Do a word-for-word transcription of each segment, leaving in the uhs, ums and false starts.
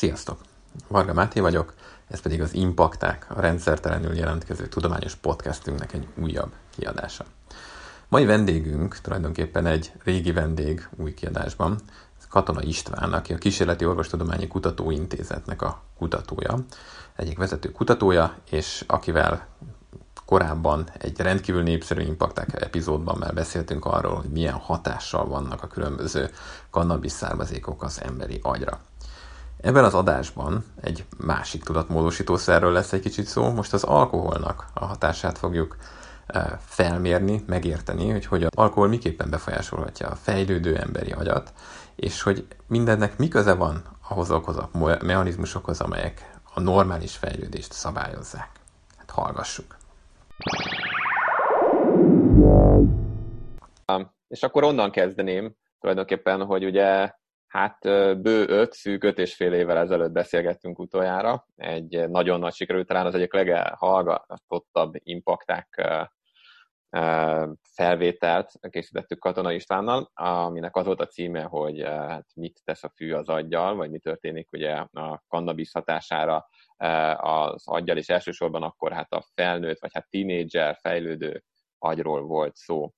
Sziasztok! Varga Máté vagyok, ez pedig az Impakták, a rendszertelenül jelentkező tudományos podcastünknek egy újabb kiadása. Mai vendégünk tulajdonképpen egy régi vendég új kiadásban, ez Katona István, aki a Kísérleti Orvostudományi Kutatóintézetnek a kutatója, egyik vezető kutatója, és akivel korábban egy rendkívül népszerű Impakták epizódban már beszéltünk arról, hogy milyen hatással vannak a különböző kannabisz származékok az emberi agyra. Ebben az adásban egy másik tudatmódosítószerről lesz egy kicsit szó. Most az alkoholnak a hatását fogjuk felmérni, megérteni, hogy hogy az alkohol miképpen befolyásolhatja a fejlődő emberi agyat, és hogy mindennek mi köze van ahhoz a mechanizmusokhoz, amelyek a normális fejlődést szabályozzák. Hát hallgassuk. És akkor onnan kezdeném tulajdonképpen, hogy ugye hát bő öt, szűk öt és fél évvel ezelőtt beszélgettünk utoljára. Egy nagyon nagy sikerült, talán az egyik leghallgatottabb Impakták felvételt készítettük Katona Istvánnal, aminek az volt a címe, hogy hát mit tesz a fű az aggyal, vagy mi történik ugye a kannabisz hatására az aggyal, és elsősorban akkor hát a felnőtt, vagy hát tínédzser, fejlődő agyról volt szó.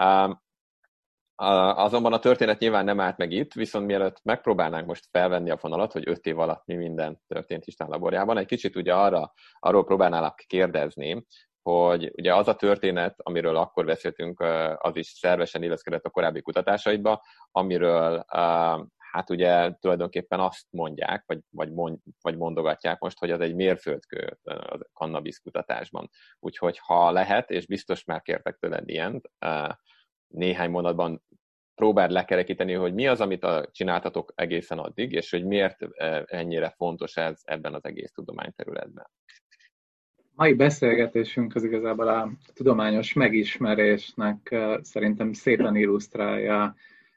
Azonban a történet nyilván nem állt meg itt, viszont mielőtt megpróbálnánk most felvenni a fonalat, hogy öt év alatt mi minden történt István laborjában, egy kicsit ugye arra, arról próbálnálak kérdezni, hogy ugye az a történet, amiről akkor beszéltünk, az is szervesen illeszkedett a korábbi kutatásaidba, amiről hát ugye tulajdonképpen azt mondják, vagy, vagy, mond, vagy mondogatják most, hogy az egy mérföldkő a kannabisz kutatásban. Úgyhogy ha lehet, és biztos már kértek tőled ilyent, néhány mondatban próbáld lekerekíteni, hogy mi az, amit a, csináltatok egészen addig, és hogy miért ennyire fontos ez ebben az egész tudományterületben. Mai beszélgetésünk az igazából a tudományos megismerésnek szerintem szépen illusztrálja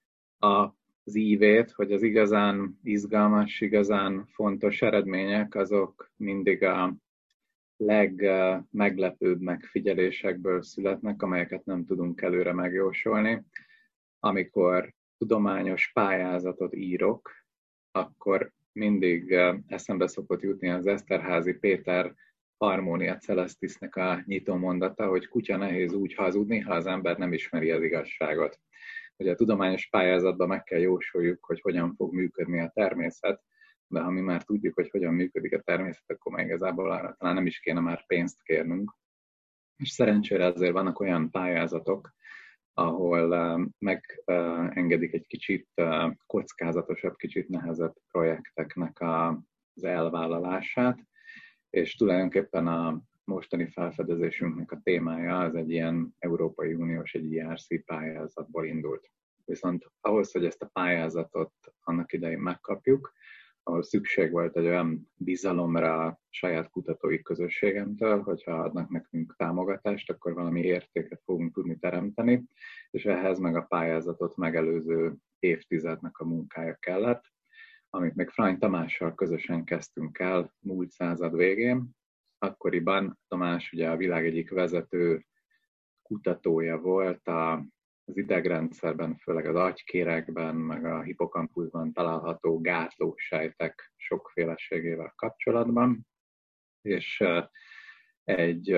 az ívét, hogy az igazán izgalmas, igazán fontos eredmények azok mindig a legmeglepőbb megfigyelésekből születnek, amelyeket nem tudunk előre megjósolni. Amikor tudományos pályázatot írok, akkor mindig eszembe szokott jutni az Eszterházy Péter Harmonia Celestisnek a nyitómondata, hogy kutya nehéz úgy hazudni, ha az ember nem ismeri az igazságot. Ugye a tudományos pályázatban meg kell jósoljuk, hogy hogyan fog működni a természet, de ha mi már tudjuk, hogy hogyan működik a természet, akkor már igazából arra talán nem is kéne már pénzt kérnünk. És szerencsére azért vannak olyan pályázatok, ahol megengedik egy kicsit kockázatosabb, kicsit nehezebb projekteknek az elvállalását, és tulajdonképpen a mostani felfedezésünknek a témája az egy ilyen Európai Uniós, egy i er cé pályázatból indult. Viszont ahhoz, hogy ezt a pályázatot annak idején megkapjuk, ahol szükség volt egy olyan bizalomra a saját kutatói közösségemtől, hogyha adnak nekünk támogatást, akkor valami értéket fogunk tudni teremteni, és ehhez meg a pályázatot megelőző évtizednek a munkája kellett, amit még Frany Tamással közösen kezdtünk el múlt század végén. Akkoriban Tamás ugye a világ egyik vezető kutatója volt az idegrendszerben, főleg az agykérekben, meg a hippokampuszban található gátlósejtek sokféleségével kapcsolatban, és egy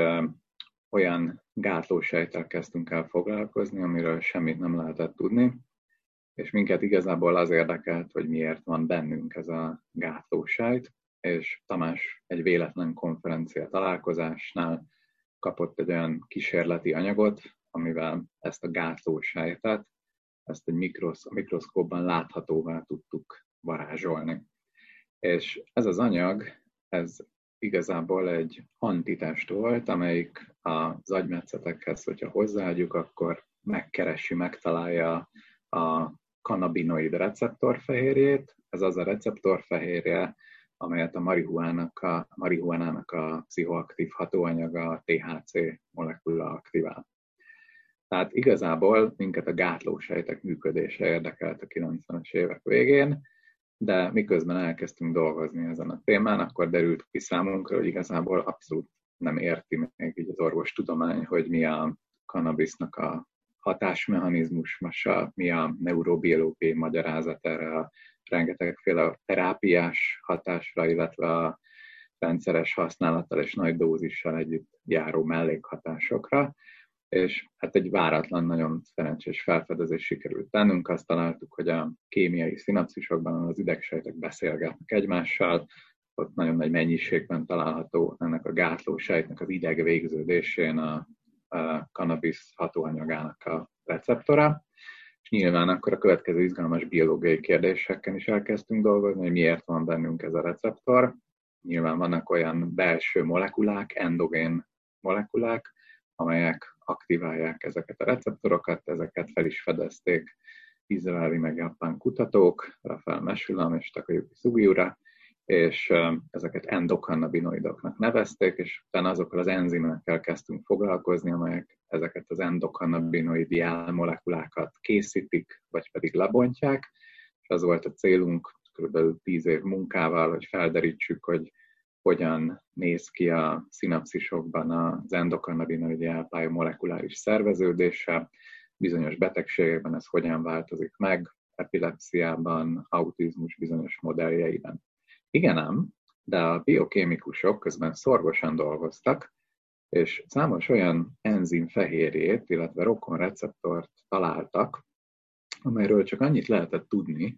olyan gátlósejttel kezdtünk el foglalkozni, amiről semmit nem lehetett tudni, és minket igazából az érdekelt, hogy miért van bennünk ez a gátlósejt, és Tamás egy véletlen konferencia találkozásnál kapott egy olyan kísérleti anyagot, amivel ezt a gátlósejtet, ezt egy mikrosz, mikroszkópban láthatóvá tudtuk varázsolni. És ez az anyag, ez igazából egy antitest volt, amelyik az agymetszetekhez, hogyha hozzáadjuk, akkor megkeresi, megtalálja a kannabinoid receptorfehérjét. Ez az a receptorfehérje, amelyet a marihuánának a, marihuánának a pszichoaktív hatóanyaga, a té há cé molekula aktivál. Tehát igazából minket a gátlósejtek működése érdekelt a kilencvenes évek végén, de miközben elkezdtünk dolgozni ezen a témán, akkor derült ki számunkra, hogy igazából abszolút nem érti még így az orvostudomány, hogy mi a kannabisznak a hatásmechanizmus, mi a neurobiológiai magyarázat erre a rengetegféle terápiás hatásra, illetve a rendszeres használattal és nagy dózissal együtt járó mellékhatásokra, és hát egy váratlan, nagyon szerencsés felfedezés sikerült tennünk. Azt találtuk, hogy a kémiai szinapszisokban az idegsejtek beszélgetnek egymással, ott nagyon nagy mennyiségben található ennek a gátlósejtnek az idegvégződésén a, a cannabis hatóanyagának a receptora, és nyilván akkor a következő izgalmas biológiai kérdésekkel is elkezdtünk dolgozni, hogy miért van bennünk ez a receptor. Nyilván vannak olyan belső molekulák, endogén molekulák, amelyek aktiválják ezeket a receptorokat, ezeket fel is fedezték izraeli meg japán kutatók, Rafael Mechoulam és Takayuki Sugiura, és ezeket endokannabinoidoknak nevezték, és utána azokkal az enzimekkel kezdtünk foglalkozni, amelyek ezeket az endokannabinoid jelmolekulákat készítik, vagy pedig lebontják, és az volt a célunk kb. tíz év munkával, hogy felderítsük, hogy hogyan néz ki a szinapszisokban az endokannabinoid jelpálya molekuláris szerveződése, bizonyos betegségekben ez hogyan változik meg, epilepsziában, autizmus bizonyos modelljeiben. Igen ám, de a biokémikusok közben szorgosan dolgoztak, és számos olyan enzim fehérjét, illetve rokonreceptort találtak, amelyről csak annyit lehetett tudni,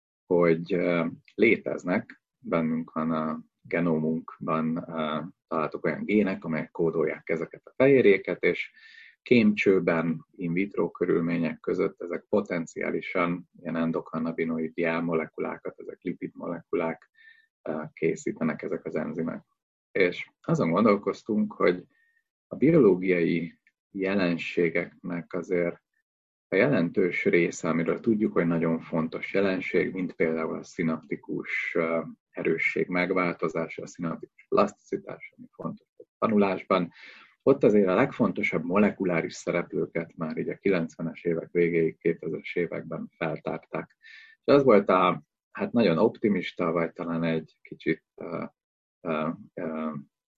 hogy léteznek, bennünk van a genómunkban találtuk olyan gének, amelyek kódolják ezeket a fehérjéket, és kémcsőben, in vitro körülmények között ezek potenciálisan ilyen endokannabinoid jelmolekulákat, ezek lipidmolekulák készítenek ezek az enzimek. És azon gondolkoztunk, hogy a biológiai jelenségeknek azért a jelentős része, amiről tudjuk, hogy nagyon fontos jelenség, mint például a szinaptikus erősség megváltozása, a szinaptikus plaszticitás, ami fontos a tanulásban, ott azért a legfontosabb molekuláris szereplőket már így a kilencvenes évek végéig, kétezres években feltárták. És az volt a hát nagyon optimista, vagy talán egy kicsit uh, uh, uh,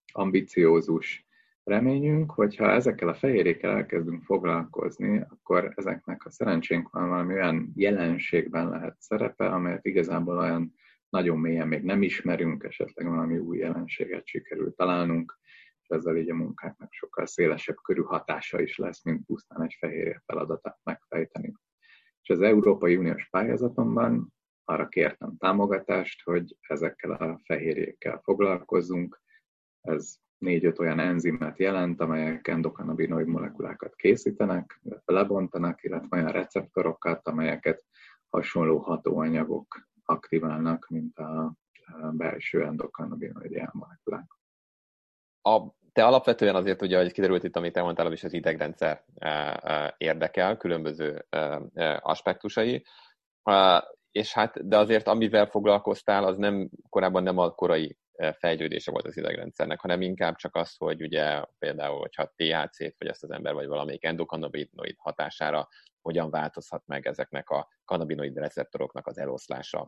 ambiciózus reményünk, hogyha ezekkel a fehérjékkel elkezdünk foglalkozni, akkor ezeknek a szerencsénk van valami olyan jelenségben lehet szerepe, amelyet igazából olyan nagyon mélyen még nem ismerünk, esetleg valami új jelenséget sikerül találnunk, és ezzel így a munkáknak sokkal szélesebb körű hatása is lesz, mint pusztán egy fehérje feladatát megfejteni. És az Európai Uniós pályázatomban arra kértem támogatást, hogy ezekkel a fehérjékkel foglalkozzunk. Ez négy-öt olyan enzimet jelent, amelyek endokannabinoid molekulákat készítenek, illetve lebontanak, illetve olyan receptorokat, amelyeket hasonló hatóanyagok aktiválnak, mint a belső endokannabinoid jelmolekulák. A, te alapvetően azért, ugye, hogy kiderült itt, amit elmondtál, is az idegrendszer érdekel, különböző aspektusai, és hát, de azért amivel foglalkoztál, az nem, korábban nem a korai fejlődése volt az idegrendszernek, hanem inkább csak az, hogy ugye például, hogyha té há cét vagy ezt az ember, vagy valamelyik endokannabinoid hatására hogyan változhat meg ezeknek a kannabinoid receptoroknak az eloszlása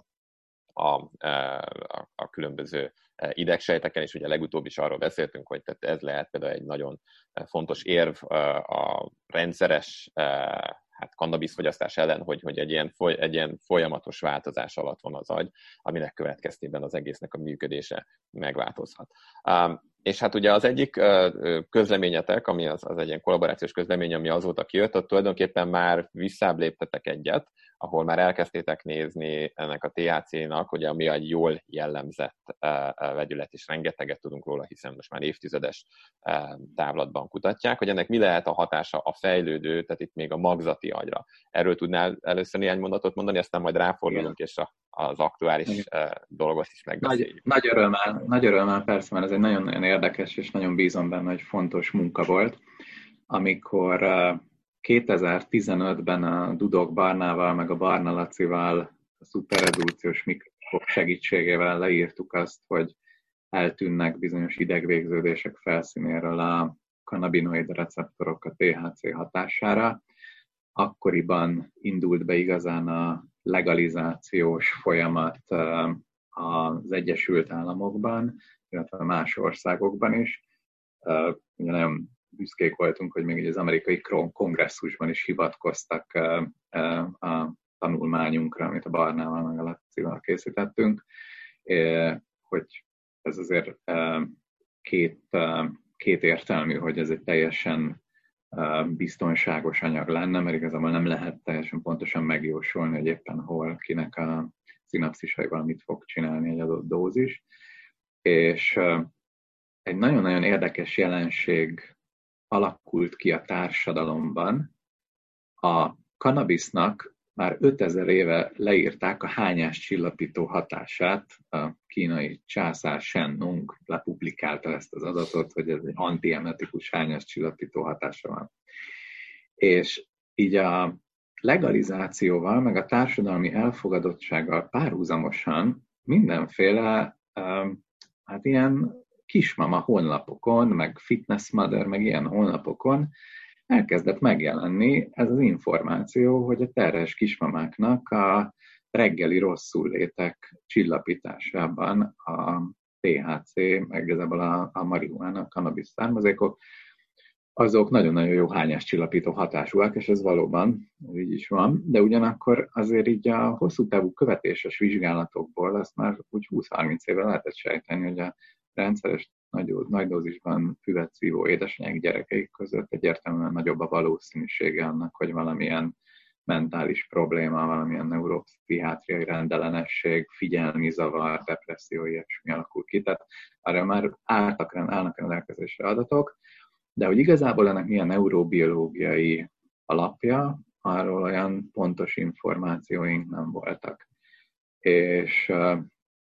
a, a, a különböző idegsejteken, és ugye legutóbb is arról beszéltünk, hogy tehát ez lehet például egy nagyon fontos érv a rendszeres hát kannabiszfogyasztás ellen, hogy, hogy egy, ilyen foly, egy ilyen folyamatos változás alatt van az agy, aminek következtében az egésznek a működése megváltozhat. Um, és hát ugye az egyik uh, közleményetek, ami az, az egy ilyen kollaborációs közlemény, ami azóta kijött, ott tulajdonképpen már visszább léptetek egyet, ahol már elkezdtétek nézni ennek a té há cénak, ugye, ami egy jól jellemzett uh, vegyület, és rengeteget tudunk róla, hiszen most már évtizedes uh, távlatban kutatják, hogy ennek mi lehet a hatása a fejlődő, tehát itt még a magzati agyra. Erről tudnál először néhány mondatot mondani, aztán majd ráfordulunk, és a, az aktuális uh, dolgot is megbeszéljük. Nagy, nagy, örömmel, nagy örömmel, persze, mert ez egy nagyon-nagyon érdekes, és nagyon bízom benne, hogy fontos munka volt, amikor uh, kétezer-tizenötben a Dudok Barnával, meg a Barna Lacival a szuperredukciós mikroskóp segítségével leírtuk azt, hogy eltűnnek bizonyos idegvégződések felszínéről a kannabinoid receptorok a té há cé hatására. Akkoriban indult be igazán a legalizációs folyamat az Egyesült Államokban, illetve más országokban is. Ugye nagyon büszkék voltunk, hogy még az amerikai kongresszusban is hivatkoztak a tanulmányunkra, amit a Barnával meg a Lacival készítettünk, hogy ez azért két, két értelmű, hogy ez egy teljesen biztonságos anyag lenne, mert igazából nem lehet teljesen pontosan megjósolni, hogy éppen hol, kinek a szinapszisaival mit fog csinálni egy adott dózis. És egy nagyon-nagyon érdekes jelenség alakult ki a társadalomban. A kannabisznak már ötezer éve leírták a hányáscsillapító hatását. A kínai császár Shen Nung lepublikálta ezt az adatot, hogy ez egy antiemetikus hányáscsillapító hatása van. És így a legalizációval, meg a társadalmi elfogadottsággal párhuzamosan mindenféle hát ilyen kismama honlapokon, meg fitness mother, meg ilyen honlapokon elkezdett megjelenni ez az információ, hogy a terhes kismamáknak a reggeli rosszullétek csillapításában a té há cé, meg igazából a, a marihuána, a kannabisz származékok, azok nagyon-nagyon jó hányáscsillapító hatásúak, és ez valóban így is van, de ugyanakkor azért így a hosszú távú követéses vizsgálatokból azt már úgy húsz-harminc évre lehetett sejteni, hogy a rendszeres nagy, nagy dózisban füvet szívó édesanyák gyerekeik között egyértelműen nagyobb a valószínűsége annak, hogy valamilyen mentális probléma, valamilyen neuropszichiátriai rendellenesség, figyelmi zavar, depresszió, ilyesmi alakul ki. Tehát arra már álltak, állnak rendelkezésre adatok, de hogy igazából ennek milyen neurobiológiai alapja, arról olyan pontos információink nem voltak. És uh,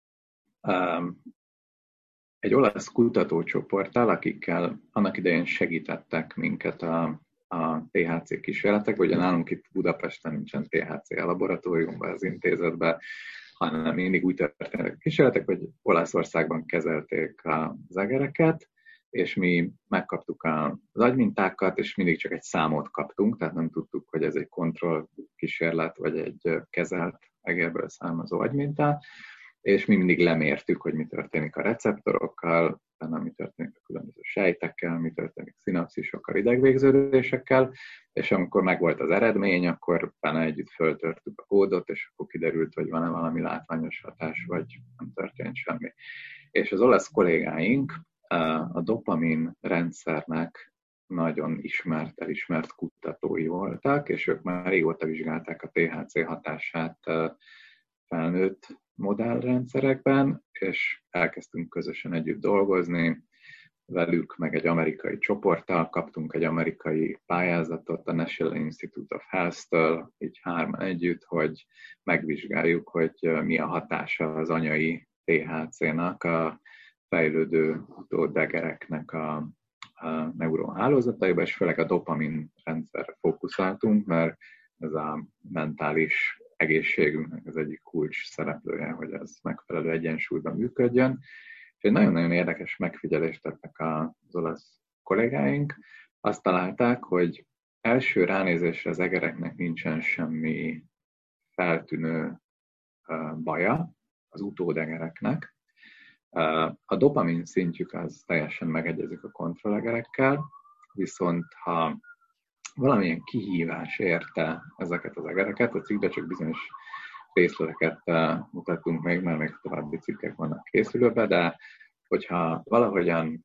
um, egy olasz kutatócsoporttal, akikkel annak idején segítettek minket a, a té há cé kísérletek, ugye nálunk itt Budapesten nincsen té há cé laboratóriumban, az intézetben, hanem mindig úgy történnek a kísérletek, hogy Olaszországban kezelték az egereket, és mi megkaptuk az agymintákat, és mindig csak egy számot kaptunk, tehát nem tudtuk, hogy ez egy kontroll kísérlet, vagy egy kezelt egerből származó agymintát, és mi mindig lemértük, hogy mi történik a receptorokkal, utána mi történik a különböző sejtekkel, mi történik szinapszisokkal, idegvégződésekkel, és amikor megvolt az eredmény, akkor benne együtt föltörtük a kódot, és akkor kiderült, hogy van-e valami látványos hatás, vagy nem történt semmi. És az olasz kollégáink a dopamin rendszernek nagyon ismert, elismert kutatói voltak, és ők már régóta vizsgálták a té há cé hatását felnőtt modellrendszerekben, és elkezdtünk közösen együtt dolgozni velük, meg egy amerikai csoporttal, kaptunk egy amerikai pályázatot a National Institute of Health-től, így hárman együtt, hogy megvizsgáljuk, hogy mi a hatása az anyai té há cénak a fejlődő utódegereknek a, a neuronhálózataiba, és főleg a dopamin rendszerre fókuszáltunk, mert ez a mentális egészségünknek az egyik kulcs szereplője, hogy ez megfelelő egyensúlyban működjön. És egy nagyon-nagyon érdekes megfigyelést tettek az olasz kollégáink. Azt találták, hogy első ránézésre az egereknek nincsen semmi feltűnő baja az utódegereknek. A dopamin szintjük az teljesen megegyezik a kontrollegerekkel, viszont ha valamilyen kihívás érte ezeket az egereket, a cikkben csak bizonyos részleteket mutattunk meg, mert még további cikkek vannak készülőben, de hogyha valahogyan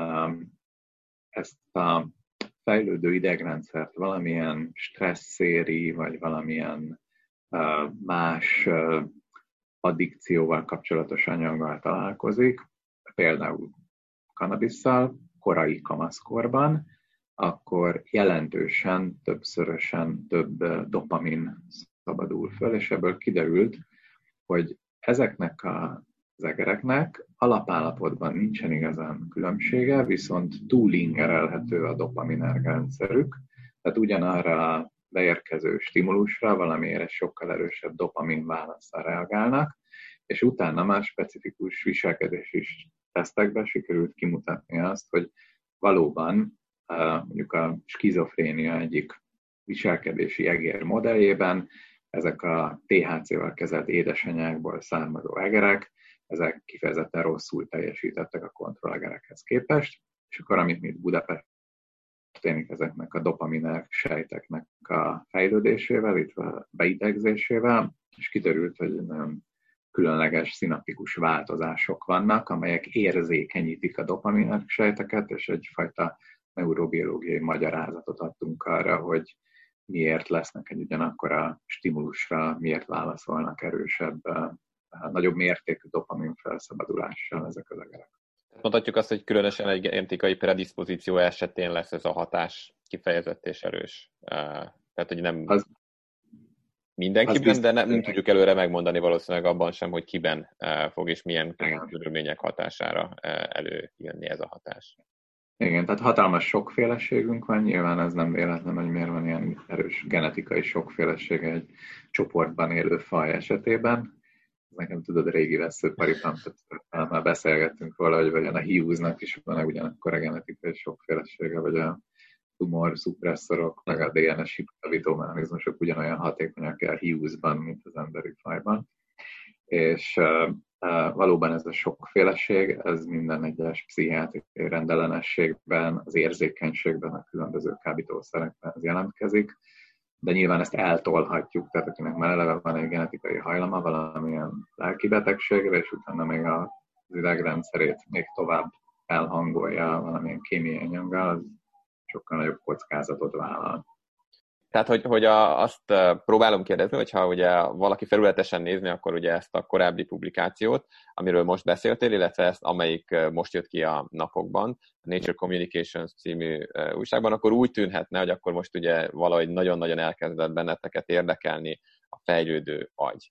ezt a fejlődő idegrendszert valamilyen stresszéri, vagy valamilyen más addikcióval kapcsolatos anyaggal találkozik, például kannabisszal, korai kamaszkorban, akkor jelentősen, többszörösen több dopamin szabadul föl, és ebből kiderült, hogy ezeknek az egereknek alapállapotban nincsen igazán különbsége, viszont túlingerelhető a dopaminerg rendszerük, tehát ugyanarra a beérkező stimulusra valamiért sokkal erősebb dopamin válasszal reagálnak, és utána már specifikus viselkedési tesztekben sikerült kimutatni azt, hogy valóban mondjuk a skizofrénia egyik viselkedési egér modelljében ezek a té há cével kezelt édesanyákból származó egerek, ezek kifejezetten rosszul teljesítettek a kontrollegerekhez képest, és akkor amit mi Budapesten történik ezeknek a dopaminer sejteknek a fejlődésével, illetve beidegzésével, és kiderült, hogy nagyon különleges szinaptikus változások vannak, amelyek érzékenyítik a dopaminer sejteket, és egyfajta neurobiológiai magyarázatot adtunk arra, hogy miért lesznek egy ugyanakkora stimulusra, miért válaszolnak erősebb, nagyobb mértékű dopamin felszabadulással ezek az egerek. Mondhatjuk azt, hogy különösen egy genetikai predispozíció esetén lesz ez a hatás kifejezett és erős. Tehát, hogy nem az, mindenkiben, az de nem, nem tudjuk előre megmondani valószínűleg abban sem, hogy kiben fog és milyen körülmények hatására előjönni ez a hatás. Igen, tehát hatalmas sokféleségünk van, nyilván ez nem véletlen, hogy miért van ilyen erős genetikai sokféleség egy csoportban élő faj esetében. Nekem tudod, régi veszőparipám, tehát már beszélgettünk valahogy, vagy a hiúznak is van ugyanakkor a genetikai sokfélesége, vagy a tumor szupresszorok, meg a dé en es hibridító mechanizmusok ugyanolyan hatékonyak a hiúzban, mint az emberi fajban. És uh, uh, valóban ez a sokféleség, ez minden egyes pszichiátriai rendellenességben, az érzékenységben, a különböző kábítószerekben ez jelentkezik, de nyilván ezt eltolhatjuk, tehát akinek már eleve van egy genetikai hajlama valamilyen lelki betegségre, és utána még az idegrendszerét még tovább elhangolja valamilyen kémiai anyaggal, az sokkal nagyobb kockázatot vállal. Tehát, hogy, hogy a, azt próbálom kérdezni, hogyha ugye valaki felületesen nézni, akkor ugye ezt a korábbi publikációt, amiről most beszéltél, illetve ezt, amelyik most jött ki a napokban, a Nature Communications című újságban, akkor úgy tűnhetne, hogy akkor most ugye valahogy nagyon-nagyon elkezdett benneteket érdekelni a fejlődő agy.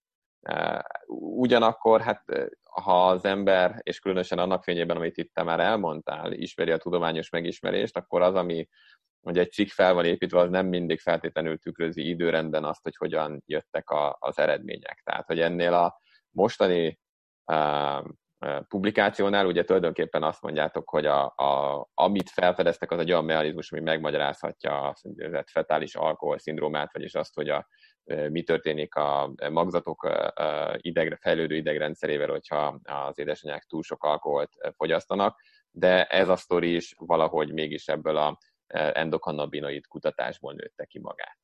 Ugyanakkor, hát ha az ember, és különösen annak fényében, amit itt te már elmondtál, ismeri a tudományos megismerést, akkor az, ami hogy egy cikk fel van építve, az nem mindig feltétlenül tükrözi időrendben azt, hogy hogyan jöttek a, az eredmények. Tehát, hogy ennél a mostani uh, publikációnál ugye tulajdonképpen azt mondjátok, hogy a, a, amit felfedeztek, az egy olyan mechanizmus, ami megmagyarázhatja a fetális alkoholszindrómát, vagyis azt, hogy a, mi történik a magzatok idegre, fejlődő idegrendszerével, hogyha az édesanyák túl sok alkoholt fogyasztanak, de ez a sztori is valahogy mégis ebből a endokannabinoid kutatásból nőtte ki magát.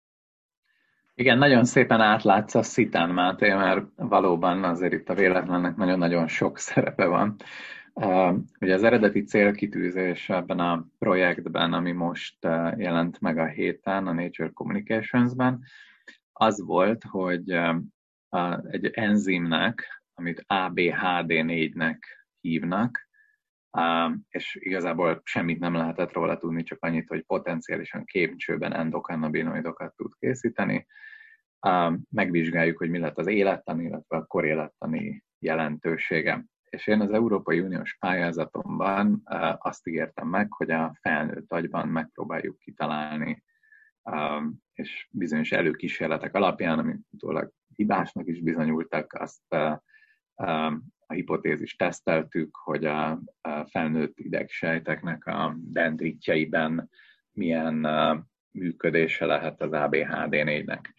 Igen, nagyon szépen átlátsz a szitán, Máté, mert valóban azért itt a véletlennek nagyon-nagyon sok szerepe van. Uh, ugye az eredeti célkitűzés ebben a projektben, ami most uh, jelent meg a héten a Nature Communications-ben, az volt, hogy uh, egy enzimnek, amit á bé há dé négynek hívnak, Uh, és igazából semmit nem lehetett róla tudni, csak annyit, hogy potenciálisan képcsőben endokannabinoidokat tud készíteni. Uh, megvizsgáljuk, hogy mi lett az élettani, illetve a korélettani jelentősége. És én az Európai Uniós pályázatomban uh, azt ígértem meg, hogy a felnőtt agyban megpróbáljuk kitalálni, uh, és bizonyos előkísérletek alapján, amik utólag hibásnak is bizonyultak, azt uh, uh, a hipotézist teszteltük, hogy a felnőtt idegsejteknek a dendritjeiben milyen működése lehet az á bé há dé négynek.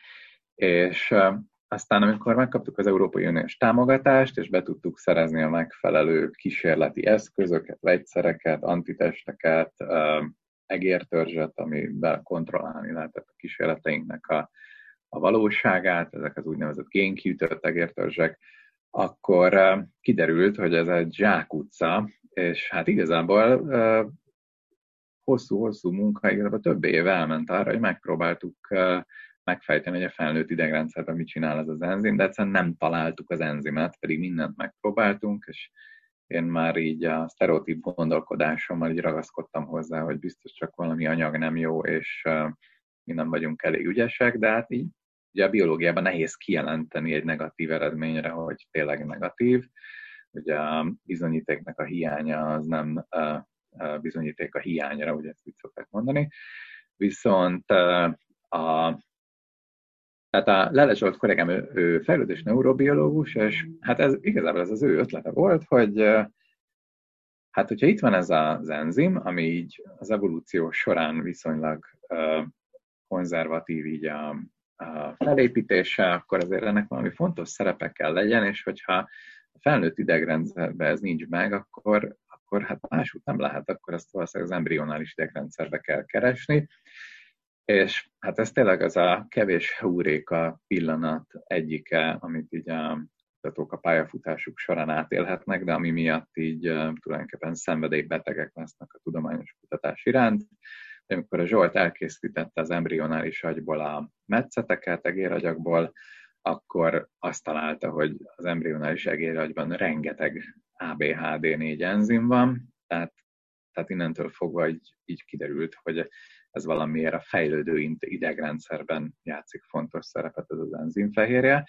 És aztán, amikor megkaptuk az Európai Uniós támogatást, és be tudtuk szerezni a megfelelő kísérleti eszközöket, vegyszereket, antitesteket, egértörzset, amiben kontrollálni lehetett a kísérleteinknek a, a valóságát, ezek az úgynevezett génkiütött egértörzsek, akkor kiderült, hogy ez egy zsákutca, és hát igazából hosszú-hosszú munka, igazából több év elment arra, hogy megpróbáltuk megfejteni, hogy a felnőtt idegrendszerben mit csinál ez az enzim, de egyszerűen nem találtuk az enzimet, pedig mindent megpróbáltunk, és én már így a sztereotíp gondolkodásommal így ragaszkodtam hozzá, hogy biztos csak valami anyag nem jó, és mi nem vagyunk elég ügyesek, de hát így ugye a biológiában nehéz kijelenteni egy negatív eredményre, hogy tényleg negatív. Ugye a bizonyítéknak a hiánya az nem a bizonyíték a hiányra, ugye ezt így szokták mondani. Viszont a, tehát a Lele Zsolt kollégám, ő, ő fejlődés neurobiológus, és hát ez igazából ez az ő ötlete volt, hogy hát hogyha itt van ez az enzim, ami így az evolúció során viszonylag konzervatív így a a felépítése, akkor azért ennek valami fontos szerepe kell legyen, és hogyha a felnőtt idegrendszerben ez nincs meg, akkor, akkor hát másút nem lehet, akkor ezt valószínűleg az embrionális idegrendszerbe kell keresni. És hát ez tényleg az a kevés heuréka pillanat egyike, amit így a kutatók a pályafutásuk során átélhetnek, de ami miatt így uh, tulajdonképpen szenvedélybetegek lesznek a tudományos kutatás iránt. De amikor a Zsolt elkészítette az embrionális agyból a metszeteket, egéragyagból, akkor azt találta, hogy az embrionális egéragyban rengeteg á bé há dé négy enzim van, tehát, tehát innentől fogva így, így kiderült, hogy ez valamiért a fejlődő idegrendszerben játszik fontos szerepet ez az enzimfehérje,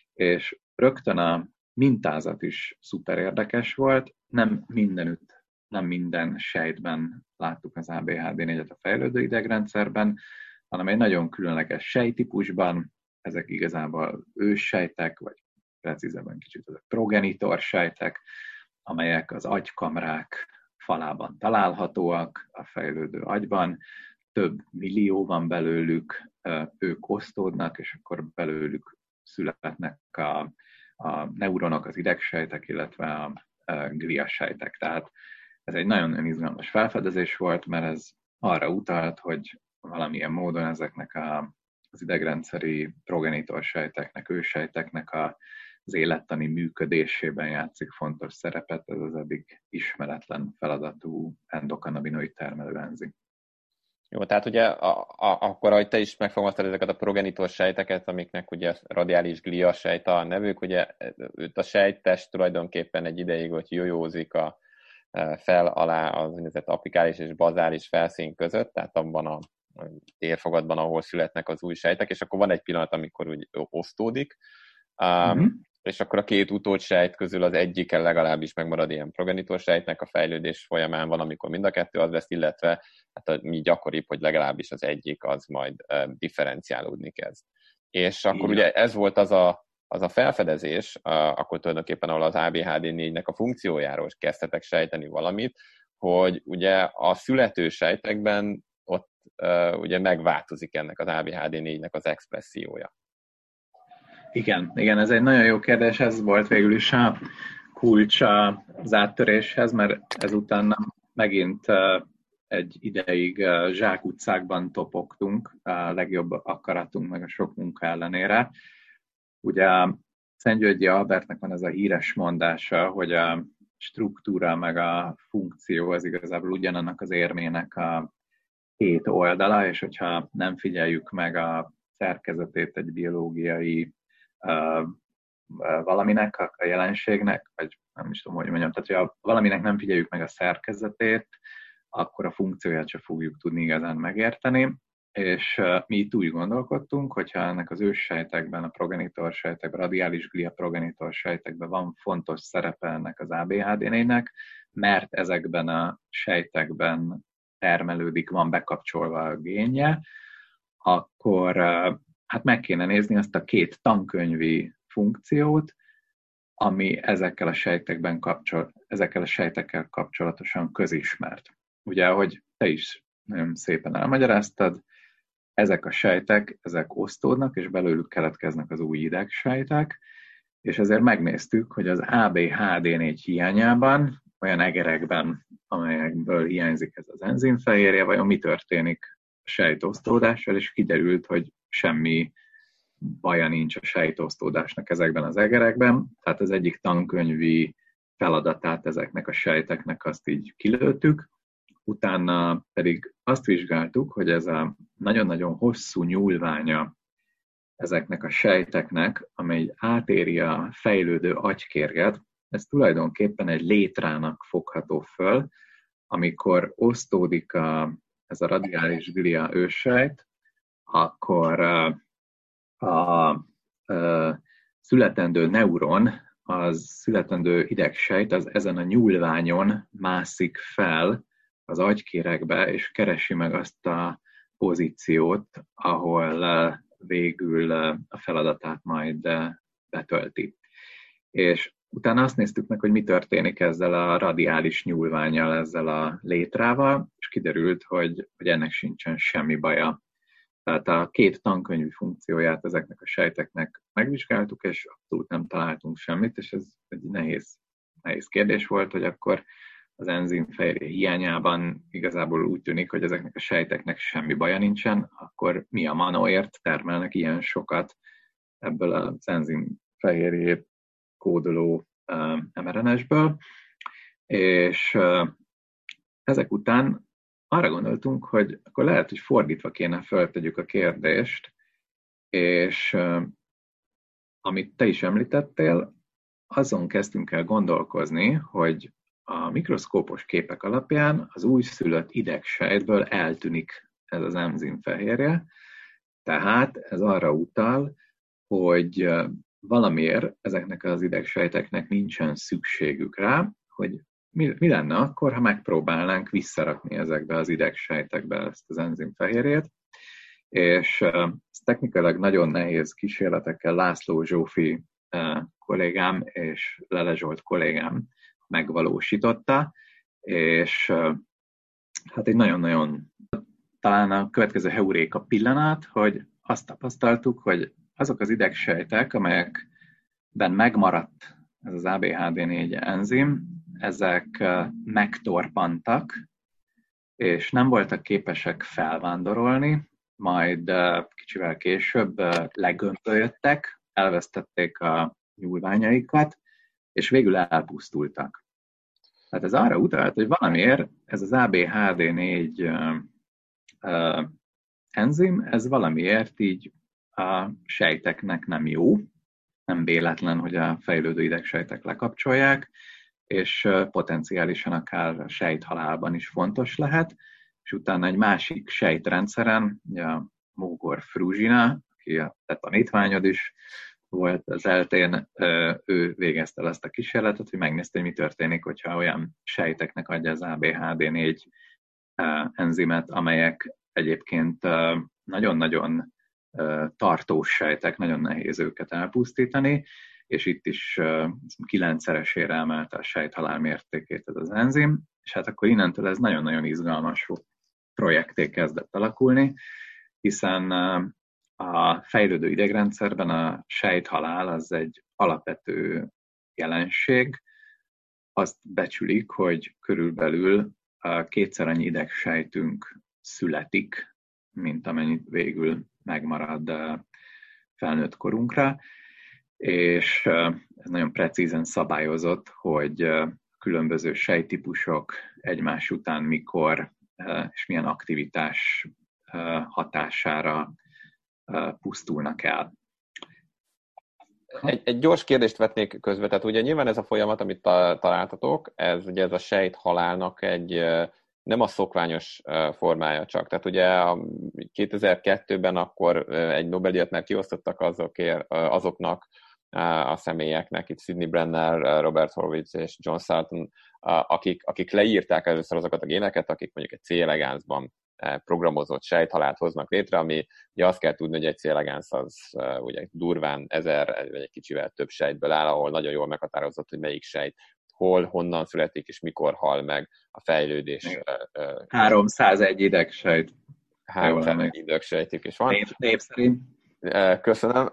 és rögtön a mintázat is szuper érdekes volt, nem mindenütt, nem minden sejtben láttuk az á bé há dé négyet a fejlődő idegrendszerben, hanem egy nagyon különleges sejttípusban, ezek igazából őssejtek, vagy precízebben kicsit ezek progenitor sejtek, amelyek az agykamrák falában találhatóak a fejlődő agyban, több millió van belőlük, ők osztódnak, és akkor belőlük születnek a, a neuronok, az idegsejtek, illetve a, a gliasejtek. Tehát ez egy nagyon izgalmas felfedezés volt, mert ez arra utalt, hogy valamilyen módon ezeknek a, az idegrendszeri progenitor sejteknek, őssejteknek a, az élettani működésében játszik fontos szerepet, ez az eddig ismeretlen feladatú endokannabinoid termelő enzim. Jó, tehát ugye a, a, akkor, ahogy te is megfogalmaztad ezeket a progenitor sejteket, amiknek ugye radiális glia sejt a nevük, ugye a sejttest tulajdonképpen egy ideig ott jojózik a fel alá az úgynevezett apikális és bazális felszín között, tehát abban a térfogatban, ahol születnek az új sejtek, és akkor van egy pillanat, amikor úgy osztódik, mm-hmm. um, és akkor a két utódsejt közül az egyiken legalábbis megmarad ilyen progenitor sejtnek, a fejlődés folyamán van, amikor mind a kettő az lesz, illetve hát mi gyakoribb, hogy legalábbis az egyik az majd uh, differenciálódni kezd. És akkor igen. Ugye ez volt az a, az a felfedezés, uh, akkor tulajdonképpen ahol az á bé há dé négynek a funkciójáról kezdhetek sejteni valamit, hogy ugye a születő sejtekben ott uh, ugye megváltozik ennek az á bé há dé négynek az expressziója. Igen, igen, ez egy nagyon jó kérdés, ez volt végül is a kulcs az áttöréshez, mert ezután megint egy ideig zsákutcákban topogtunk, a legjobb akaratunk meg a sok munka ellenére. Ugye Szentgyörgyi Albertnek van ez a híres mondása, hogy a struktúra meg a funkció az igazából ugyanannak az érmének a két oldala, és hogyha nem figyeljük meg a szerkezetét egy biológiai Uh, uh, valaminek, a jelenségnek, vagy nem is tudom, hogy mondjam, tehát ha valaminek nem figyeljük meg a szerkezetét, akkor a funkcióját sem fogjuk tudni igazán megérteni, és uh, mi itt úgy gondolkodtunk, hogyha ennek az őssejtekben, a progenitor sejtekben, radiális glia progenitor sejtekben van fontos szerepe ennek az á bé há dé négynek, mert ezekben a sejtekben termelődik, van bekapcsolva a génje, akkor uh, hát meg kéne nézni azt a két tankönyvi funkciót, ami ezekkel a sejtekben kapcsol, ezekkel a sejtekkel kapcsolatosan közismert. Ugye, ahogy te is nagyon szépen elmagyaráztad, ezek a sejtek, ezek osztódnak, és belőlük keletkeznek az új idegsejtek, és ezért megnéztük, hogy az á bé há dé négy hiányában, olyan egerekben, amelyekből hiányzik ez az enzimfehérje, vajon mi történik a sejtosztódással, és kiderült, hogy semmi baja nincs a sejtosztódásnak ezekben az egerekben. Tehát az egyik tankönyvi feladatát ezeknek a sejteknek azt így kilőttük. Utána pedig azt vizsgáltuk, hogy ez a nagyon-nagyon hosszú nyúlványa ezeknek a sejteknek, amely átéri a fejlődő agykérget, ez tulajdonképpen egy létrának fogható föl, amikor osztódik a, ez a radiális glia őssejt, akkor a, a, a születendő neuron, az születendő idegsejt, az ezen a nyúlványon mászik fel az agykéregbe, és keresi meg azt a pozíciót, ahol végül a feladatát majd betölti. És utána azt néztük meg, hogy mi történik ezzel a radiális nyúlvánnyal, ezzel a létrával, és kiderült, hogy, hogy ennek sincsen semmi baja. Tehát a két tankönyvi funkcióját ezeknek a sejteknek megvizsgáltuk, és abszolút nem találtunk semmit, és ez egy nehéz, nehéz kérdés volt, hogy akkor az enzimfehérje hiányában igazából úgy tűnik, hogy ezeknek a sejteknek semmi baja nincsen, akkor mi a manóért termelnek ilyen sokat ebből az enzimfehérjét kódoló em er en es-ből, és ezek után arra gondoltunk, hogy akkor lehet, hogy fordítva kéne föltegyük a kérdést, és amit te is említettél, azon kezdtünk el gondolkozni, hogy a mikroszkópos képek alapján az újszülött idegsejtből eltűnik ez az enzimfehérje, tehát ez arra utal, hogy valamiért ezeknek az idegsejteknek nincsen szükségük rá, hogy mi, mi lenne akkor, ha megpróbálnánk visszarakni ezekbe az idegsejtekbe ezt az enzimfehérjét, és ez technikailag nagyon nehéz kísérletekkel László Zsófi kollégám és Lele Zsolt kollégám megvalósította, és hát egy nagyon-nagyon talán a következő heuréka pillanat, hogy azt tapasztaltuk, hogy azok az idegsejtek, amelyekben megmaradt ez az á bé há dé négy enzim, ezek megtorpantak, és nem voltak képesek felvándorolni, majd kicsivel később legömbölyödtek, elvesztették a nyúlványaikat, és végül elpusztultak. Tehát ez arra utalt, hogy valamiért ez az á bé há dé négy uh, uh, enzim, ez valamiért így a sejteknek nem jó, nem véletlen, hogy a fejlődő idegsejtek lekapcsolják, és uh, potenciálisan akár a sejthalálban is fontos lehet, és utána egy másik sejtrendszeren, a Mógor Fruzsina, aki a te tanítványod is volt az eltén, ő végezte el ezt a kísérletet, hogy megnézte, hogy mi történik, hogyha olyan sejteknek adja az á bé há dé négy enzimet, amelyek egyébként nagyon-nagyon tartós sejtek, nagyon nehéz őket elpusztítani, és itt is kilencszeresére emelte a sejthalál mértékét ez az enzim, és hát akkor innentől ez nagyon-nagyon izgalmas projekté kezdett alakulni, hiszen a fejlődő idegrendszerben a sejthalál az egy alapvető jelenség. Azt becsülik, hogy körülbelül kétszer annyi idegsejtünk születik, mint amennyit végül megmarad felnőtt korunkra, és ez nagyon precízen szabályozott, hogy különböző sejttípusok egymás után mikor és milyen aktivitás hatására pusztulnak el. Egy, egy gyors kérdést vetnék közbe, tehát ugye nyilván ez a folyamat, amit találtatok, ez ugye ez a sejthalálnak egy nem a szokványos formája csak. Tehát ugye a kétezer-kettőben akkor egy Nobel-díjat már kiosztottak azokért, azoknak a személyeknek, itt Sidney Brenner, Robert Horowitz és John Salton, akik, akik leírták először azokat a géneket, akik mondjuk egy C. elegans-ban programozott sejthalált hoznak létre, ami ugye azt kell tudni, hogy egy C. elegans az ugye durván ezer, vagy egy kicsivel több sejtből áll, ahol nagyon jól meghatározott, hogy melyik sejt hol, honnan születik, és mikor hal meg a fejlődés. háromszázegy idegsejt. háromszázegy idegsejtük is van. Név, név szerint. Köszönöm.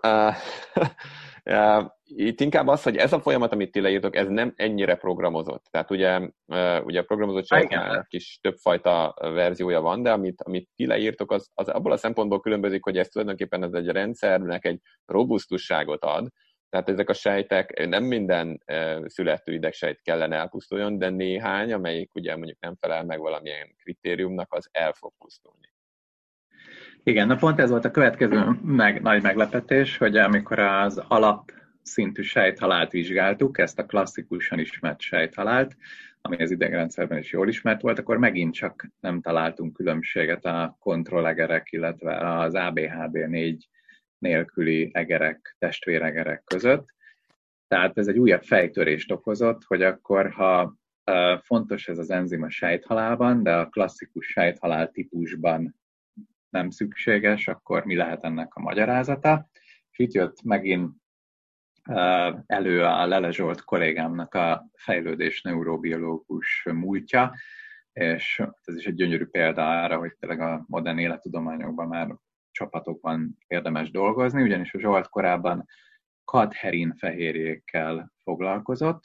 Itt inkább az, hogy ez a folyamat, amit ti leírtok, ez nem ennyire programozott. Tehát ugye, ugye a programozott sejthalálnak is többfajta verziója van, de amit, amit ti leírtok, az, az abból a szempontból különbözik, hogy ez tulajdonképpen ez egy rendszernek egy robusztusságot ad. Tehát ezek a sejtek, nem minden születő idegsejt kellene elpusztuljon, de néhány, amelyik ugye mondjuk nem felel meg valamilyen kritériumnak, az el fog pusztulni. Igen, na pont ez volt a következő meg, nagy meglepetés, hogy amikor az alapszintű sejthalált vizsgáltuk, ezt a klasszikusan ismert sejthalált, ami az idegrendszerben is jól ismert volt, akkor megint csak nem találtunk különbséget a kontrollegerek, illetve az á bé há dé négy nélküli egerek, testvéregerek között. Tehát ez egy újabb fejtörést okozott, hogy akkor, ha fontos ez az enzim a sejthalálban, de a klasszikus sejthalál típusban nem szükséges, akkor mi lehet ennek a magyarázata. És itt jött megint elő a Lele Zsolt kollégámnak a fejlődés neurobiológus múltja, és ez is egy gyönyörű példa arra, hogy tényleg a modern élettudományokban már csapatokban érdemes dolgozni, ugyanis a Zsolt korábban kadherin fehérjékkel foglalkozott,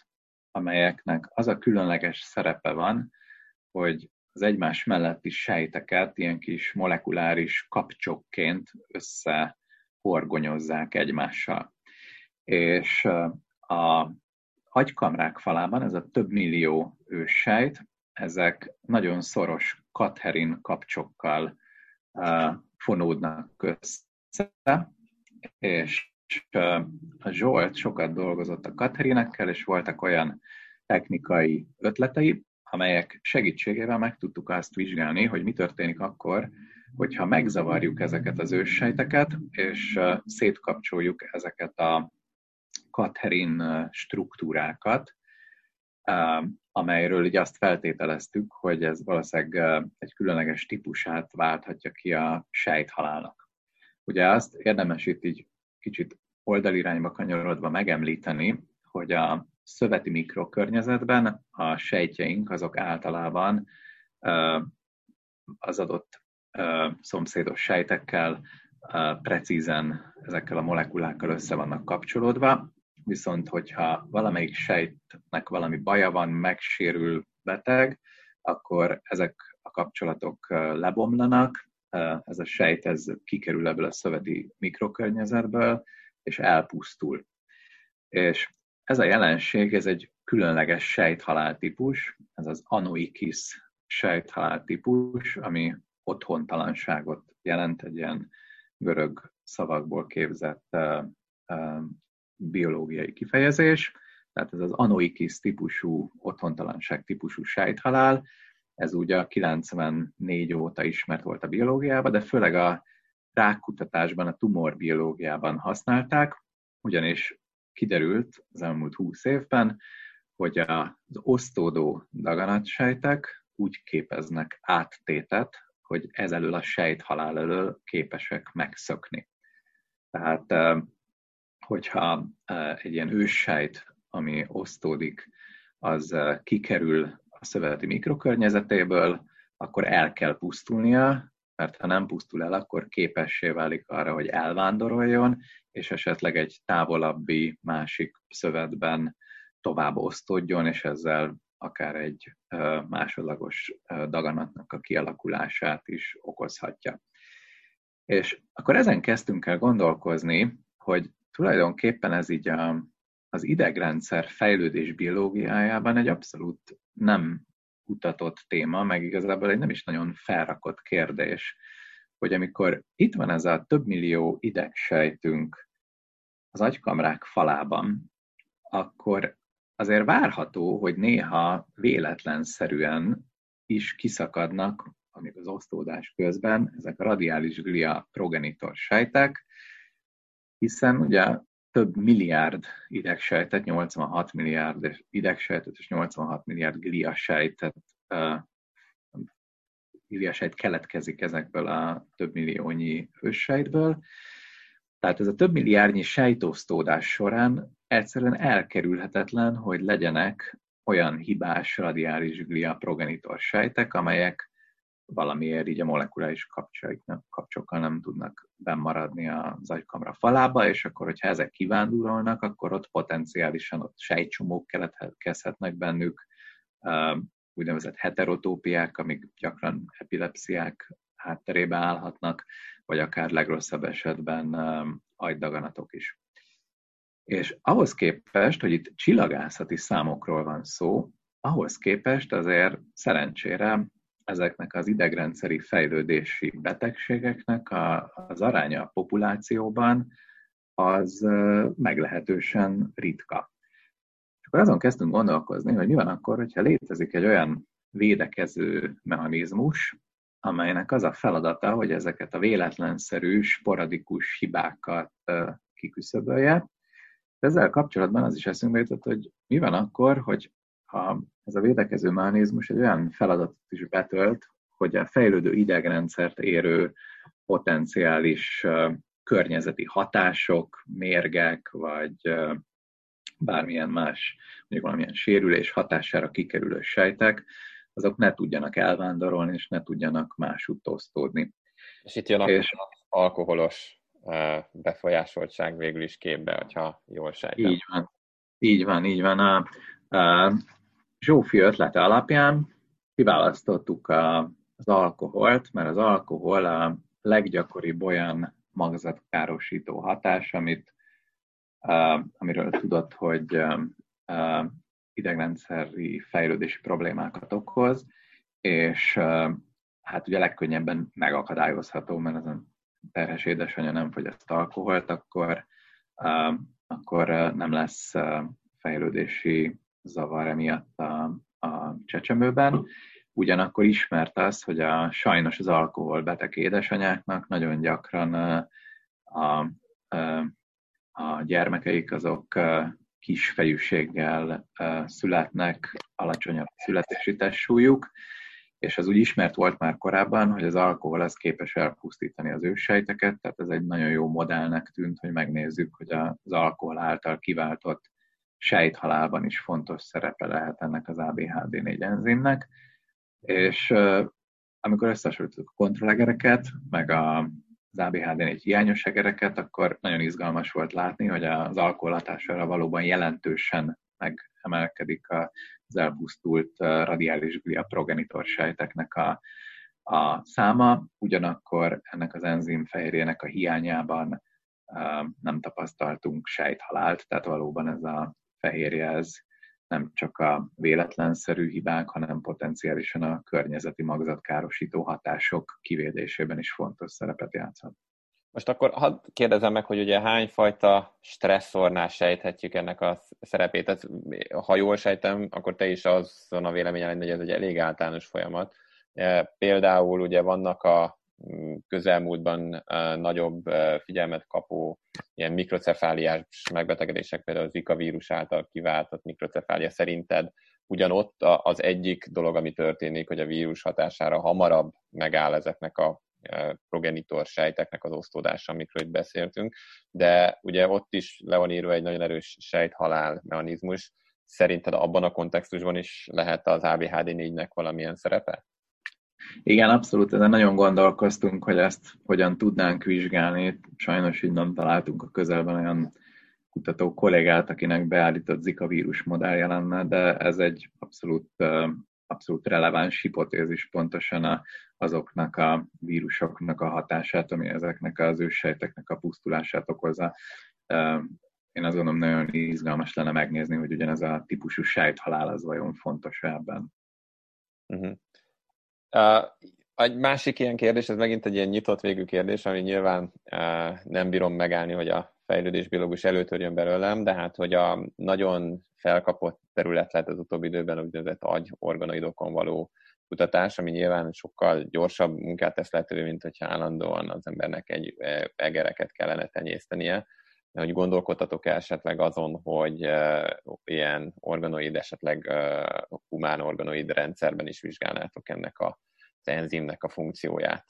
amelyeknek az a különleges szerepe van, hogy az egymás melletti sejteket ilyen kis molekuláris kapcsokként összehorgonyozzák egymással. És a agykamrák falában ez a több millió őssejt, ezek nagyon szoros Cadherin kapcsokkal fonódnak össze, és a Zsolt sokat dolgozott a Cadherinekkel, és voltak olyan technikai ötletei, amelyek segítségével meg tudtuk azt vizsgálni, hogy mi történik akkor, hogyha megzavarjuk ezeket az őssejteket, és szétkapcsoljuk ezeket a Cadherin struktúrákat, amelyről ugye azt feltételeztük, hogy ez valószínűleg egy különleges típusát válthatja ki a sejthalálnak. Ugye azt érdemes itt így kicsit oldalirányba kanyarodva megemlíteni, hogy a szöveti mikrokörnyezetben a sejtjeink azok általában az adott szomszédos sejtekkel precízen ezekkel a molekulákkal össze vannak kapcsolódva, viszont hogyha valamelyik sejtnek valami baja van, megsérül, beteg, akkor ezek a kapcsolatok lebomlanak, ez a sejt ez kikerül ebből a szöveti mikrokörnyezetből, és elpusztul. És ez a jelenség, ez egy különleges sejthaláltípus, ez az anoikis sejthaláltípus, ami otthontalanságot jelent, egy ilyen görög szavakból képzett uh, uh, biológiai kifejezés. Tehát ez az anoikis típusú, otthontalanság típusú sejthalál, ez ugye a kilencvennégy óta ismert volt a biológiában, de főleg a rákkutatásban, a tumorbiológiában használták, ugyanis kiderült az elmúlt húsz évben, hogy az osztódó daganatsejtek úgy képeznek áttétet, hogy ez elől a sejthalál elől képesek megszökni. Tehát, hogyha egy ilyen őssejt, ami osztódik, az kikerül a szöveti mikrokörnyezetéből, akkor el kell pusztulnia, mert ha nem pusztul el, akkor képessé válik arra, hogy elvándoroljon, és esetleg egy távolabbi másik szövetben tovább osztódjon, és ezzel akár egy másodlagos daganatnak a kialakulását is okozhatja. És akkor ezen kezdtünk el gondolkozni, hogy tulajdonképpen ez így a, az idegrendszer fejlődés biológiájában egy abszolút nem kutatott téma, meg igazából egy nem is nagyon felrakott kérdés, hogy amikor itt van ez a több millió idegsejtünk az agykamrák falában, akkor azért várható, hogy néha véletlenszerűen is kiszakadnak, amik az osztódás közben, ezek a radiális glia progenitor sejtek, hiszen ugye több milliárd idegsejtet, nyolcvanhat milliárd idegsejtet és nyolcvanhat milliárd gliasejtet, uh, gliasejt keletkezik ezekből a több milliónyi őssejtből. Tehát ez a több milliárdnyi sejtosztódás során egyszerűen elkerülhetetlen, hogy legyenek olyan hibás radiális glia progenitor sejtek, amelyek valamiért így a molekuláris kapcsokkal nem tudnak bennmaradni az agykamra falába, és akkor, hogyha ezek kivándorolnak, akkor ott potenciálisan ott sejtcsomók keletkezhetnek bennük, úgynevezett heterotópiák, amik gyakran epilepsziák hátterébe állhatnak, vagy akár legrosszabb esetben agydaganatok is. És ahhoz képest, hogy itt csillagászati számokról van szó, ahhoz képest azért szerencsére ezeknek az idegrendszeri fejlődési betegségeknek a, az aránya a populációban az meglehetősen ritka. És akkor azon kezdtünk gondolkozni, hogy mi van akkor, hogyha létezik egy olyan védekező mechanizmus, amelynek az a feladata, hogy ezeket a véletlenszerű, sporadikus hibákat kiküszöbölje. Ezzel kapcsolatban az is eszünkbe jutott, hogy mi van akkor, hogy ha ez a védekező mechanizmus egy olyan feladatot is betölt, hogy a fejlődő idegrendszert érő potenciális környezeti hatások, mérgek, vagy bármilyen más, mondjuk valamilyen sérülés hatására kikerülő sejtek, azok ne tudjanak elvándorolni, és ne tudjanak másút osztódni. És itt jön és az alkoholos befolyásoltság végül is képbe, hogyha jól sejtem. Így van, így van, így van. A, Zsófi ötlete alapján kiválasztottuk az alkoholt, mert az alkohol a leggyakoribb olyan magzatkárosító hatás, amit, amiről tudod, hogy idegrendszeri fejlődési problémákat okoz, és hát ugye legkönnyebben megakadályozható, mert az a terhes édesanyja nem fogyaszt alkoholt, akkor, akkor nem lesz fejlődési zavar emiatt a, a csecsemőben. Ugyanakkor ismert az, hogy a, sajnos az alkohol beteg édesanyáknak nagyon gyakran a, a, a gyermekeik azok kis fejűséggel születnek, alacsonyabb születési testsúlyuk, és az úgy ismert volt már korábban, hogy az alkohol az képes elpusztítani az őssejteket, tehát ez egy nagyon jó modellnek tűnt, hogy megnézzük, hogy az alkohol által kiváltott sejthalálban is fontos szerepe lehet ennek az á bé há dé négy enzimnek, és amikor összehasonlítjuk a kontrollegereket, meg az á bé há dé négy hiányos egereket, akkor nagyon izgalmas volt látni, hogy az alkohol hatására valóban jelentősen megemelkedik az elpusztult radiális glia progenitor sejteknek a, a száma, ugyanakkor ennek az enzimfehérjének a hiányában nem tapasztaltunk sejthalált, tehát valóban ez a fehérje ez nem csak a véletlenszerű hibák, hanem potenciálisan a környezeti magzatkárosító hatások kivédésében is fontos szerepet játszhat. Most akkor hadd kérdezem meg, hogy ugye hányfajta stresszornál sejthetjük ennek a szerepét. Tehát, ha jól sejtem, akkor te is azon a véleményen, hogy ez egy elég általános folyamat. Például ugye vannak a közelmúltban nagyobb figyelmet kapó ilyen mikrocefáliás megbetegedések, például az Zika vírus által kiváltott mikrocefália. Szerinted ugyanott az egyik dolog, ami történik, hogy a vírus hatására hamarabb megáll ezeknek a progenitor sejteknek az osztódása, amikről itt beszéltünk, de ugye ott is le van írva egy nagyon erős sejthalál mechanizmus. Szerinted abban a kontextusban is lehet az á bé há dé négynek valamilyen szerepe? Igen, abszolút, ezen nagyon gondolkoztunk, hogy ezt hogyan tudnánk vizsgálni. Sajnos így nem találtunk a közelben olyan kutató kollégát, akinek beállított Zika vírus modellje lenne, de ez egy abszolút, abszolút releváns hipotézis, pontosan azoknak a vírusoknak a hatását, ami ezeknek az őssejteknek a pusztulását okozza. Én azt gondolom, nagyon izgalmas lenne megnézni, hogy ugyanez a típusú sejthalál az vajon fontos ebben. Uh-huh. Uh, egy másik ilyen kérdés, ez megint egy ilyen nyitott végű kérdés, ami nyilván uh, nem bírom megállni, hogy a fejlődésbiológus előtörjön belőlem, de hát, hogy a nagyon felkapott terület lett az utóbbi időben a úgynevezett agy-organoidokon való kutatás, ami nyilván sokkal gyorsabb munkát tesz lehetővé, mint hogyha állandóan az embernek egy egereket kellene tenyésztenie. De hogy gondolkodtatok-e esetleg azon, hogy uh, ilyen organoid, esetleg uh, humán organoid rendszerben is vizsgálnátok ennek a, az enzimnek a funkcióját?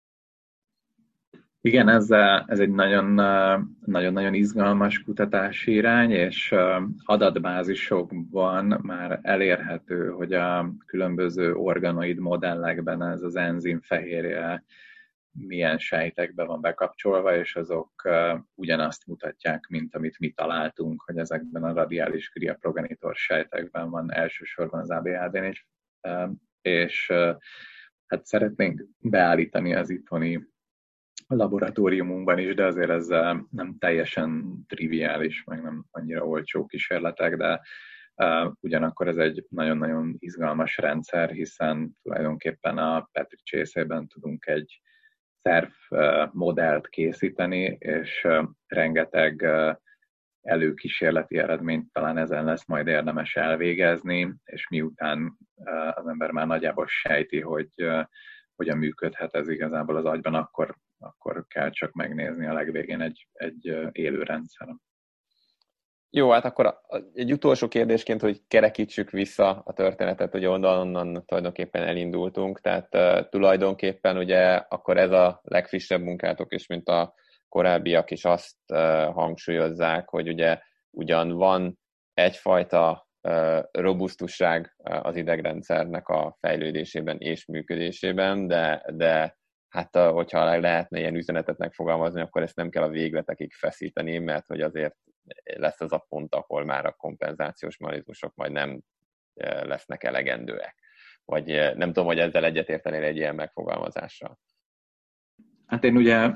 Igen, ez, ez egy nagyon-nagyon izgalmas kutatási irány, és adatbázisokban már elérhető, hogy a különböző organoid modellekben ez az enzim fehérje milyen sejtekbe van bekapcsolva, és azok ugyanazt mutatják, mint amit mi találtunk, hogy ezekben a radiális glia progenitor sejtekben van elsősorban az á bé há dé négy, és hát szeretnénk beállítani az itthoni laboratóriumunkban is, de azért ez nem teljesen triviális, meg nem annyira olcsó kísérletek, de ugyanakkor ez egy nagyon-nagyon izgalmas rendszer, hiszen tulajdonképpen a Petri csészében tudunk egy szerv modellt készíteni, és rengeteg előkísérleti eredményt talán ezen lesz majd érdemes elvégezni, és miután az ember már nagyjából sejti, hogy hogyan működhet ez igazából az agyban, akkor, akkor kell csak megnézni a legvégén egy, egy élő rendszeren. Jó, hát akkor egy utolsó kérdésként, hogy kerekítsük vissza a történetet, hogy onnan tulajdonképpen elindultunk, tehát uh, tulajdonképpen ugye akkor ez a legfrissebb munkátok is, mint a korábbiak is azt uh, hangsúlyozzák, hogy ugye ugyan van egyfajta uh, robusztusság uh, az idegrendszernek a fejlődésében és működésében, de, de hát hogyha lehetne ilyen üzenetet megfogalmazni, akkor ezt nem kell a végletekig feszíteni, mert hogy azért lesz az a pont, ahol már a kompenzációs mechanizmusok majd nem lesznek elegendőek. Vagy nem tudom, hogy ezzel egyetértenél egy ilyen megfogalmazással. Hát én ugye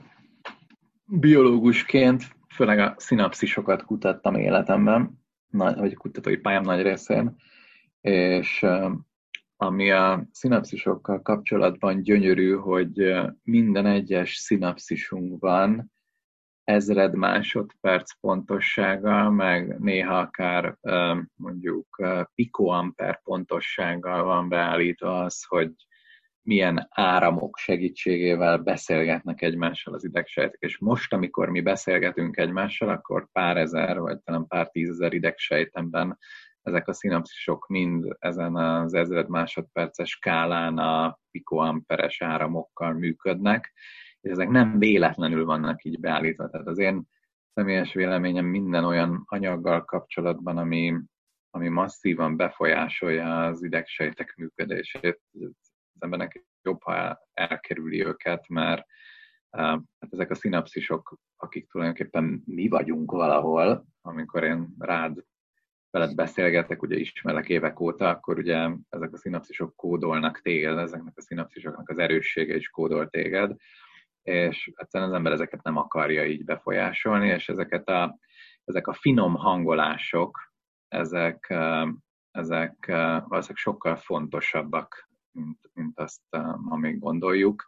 biológusként főleg a szinapszisokat kutattam életemben, vagy kutatói pályám nagy részén, és ami a szinapszisokkal kapcsolatban gyönyörű, hogy minden egyes szinapszisunkban ezred másodperc pontossággal, meg néha akár mondjuk pikoamper pontossággal van beállítva az, hogy milyen áramok segítségével beszélgetnek egymással az idegsejtek. És most, amikor mi beszélgetünk egymással, akkor pár ezer, vagy talán pár tízezer idegsejtemben ezek a szinapszisok mind ezen az ezred másodperces skálán a pikoamperes áramokkal működnek, és ezek nem véletlenül vannak így beállítva. Tehát az én személyes véleményem minden olyan anyaggal kapcsolatban, ami, ami masszívan befolyásolja az idegsejtek működését, az embernek jobb, ha elkerüli őket, mert uh, hát ezek a szinapszisok, akik tulajdonképpen mi vagyunk valahol, amikor én rád veled beszélgetek, ugye ismerlek évek óta, akkor ugye ezek a szinapszisok kódolnak téged, ezeknek a szinapszisoknak az erőssége is kódol téged, és egyszerűen az ember ezeket nem akarja így befolyásolni, és ezeket a, ezek a finom hangolások, ezek, ezek valószínűleg sokkal fontosabbak, mint, mint azt ma még gondoljuk,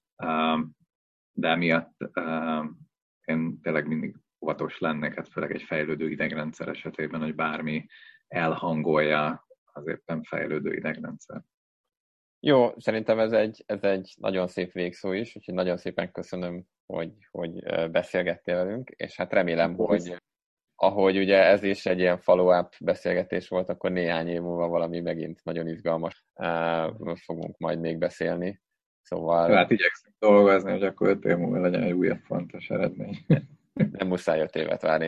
de emiatt én tényleg mindig óvatos lennék, hát főleg egy fejlődő idegrendszer esetében, hogy bármi elhangolja az éppen fejlődő idegrendszer. Jó, szerintem ez egy, ez egy nagyon szép végszó is, úgyhogy nagyon szépen köszönöm, hogy, hogy beszélgettél velünk, és hát remélem, hogy ahogy ugye ez is egy ilyen follow-up beszélgetés volt, akkor néhány év múlva valami megint nagyon izgalmas fogunk majd még beszélni. Szóval... Hát igyekszünk dolgozni, hogy akkor öt év múlva legyen egy újabb fontos eredmény. Nem muszáj öt évet várni.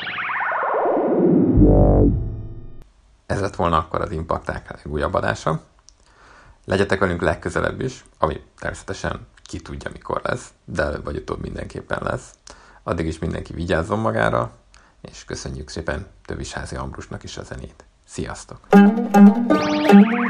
Ez lett volna akkor az Impakták legújabb adása. Legyetek velünk legközelebb is, ami természetesen ki tudja mikor lesz, de előbb vagy utóbb mindenképpen lesz. Addig is mindenki vigyázzon magára, és köszönjük szépen Tövisházi Ambrusnak is a zenét. Sziasztok!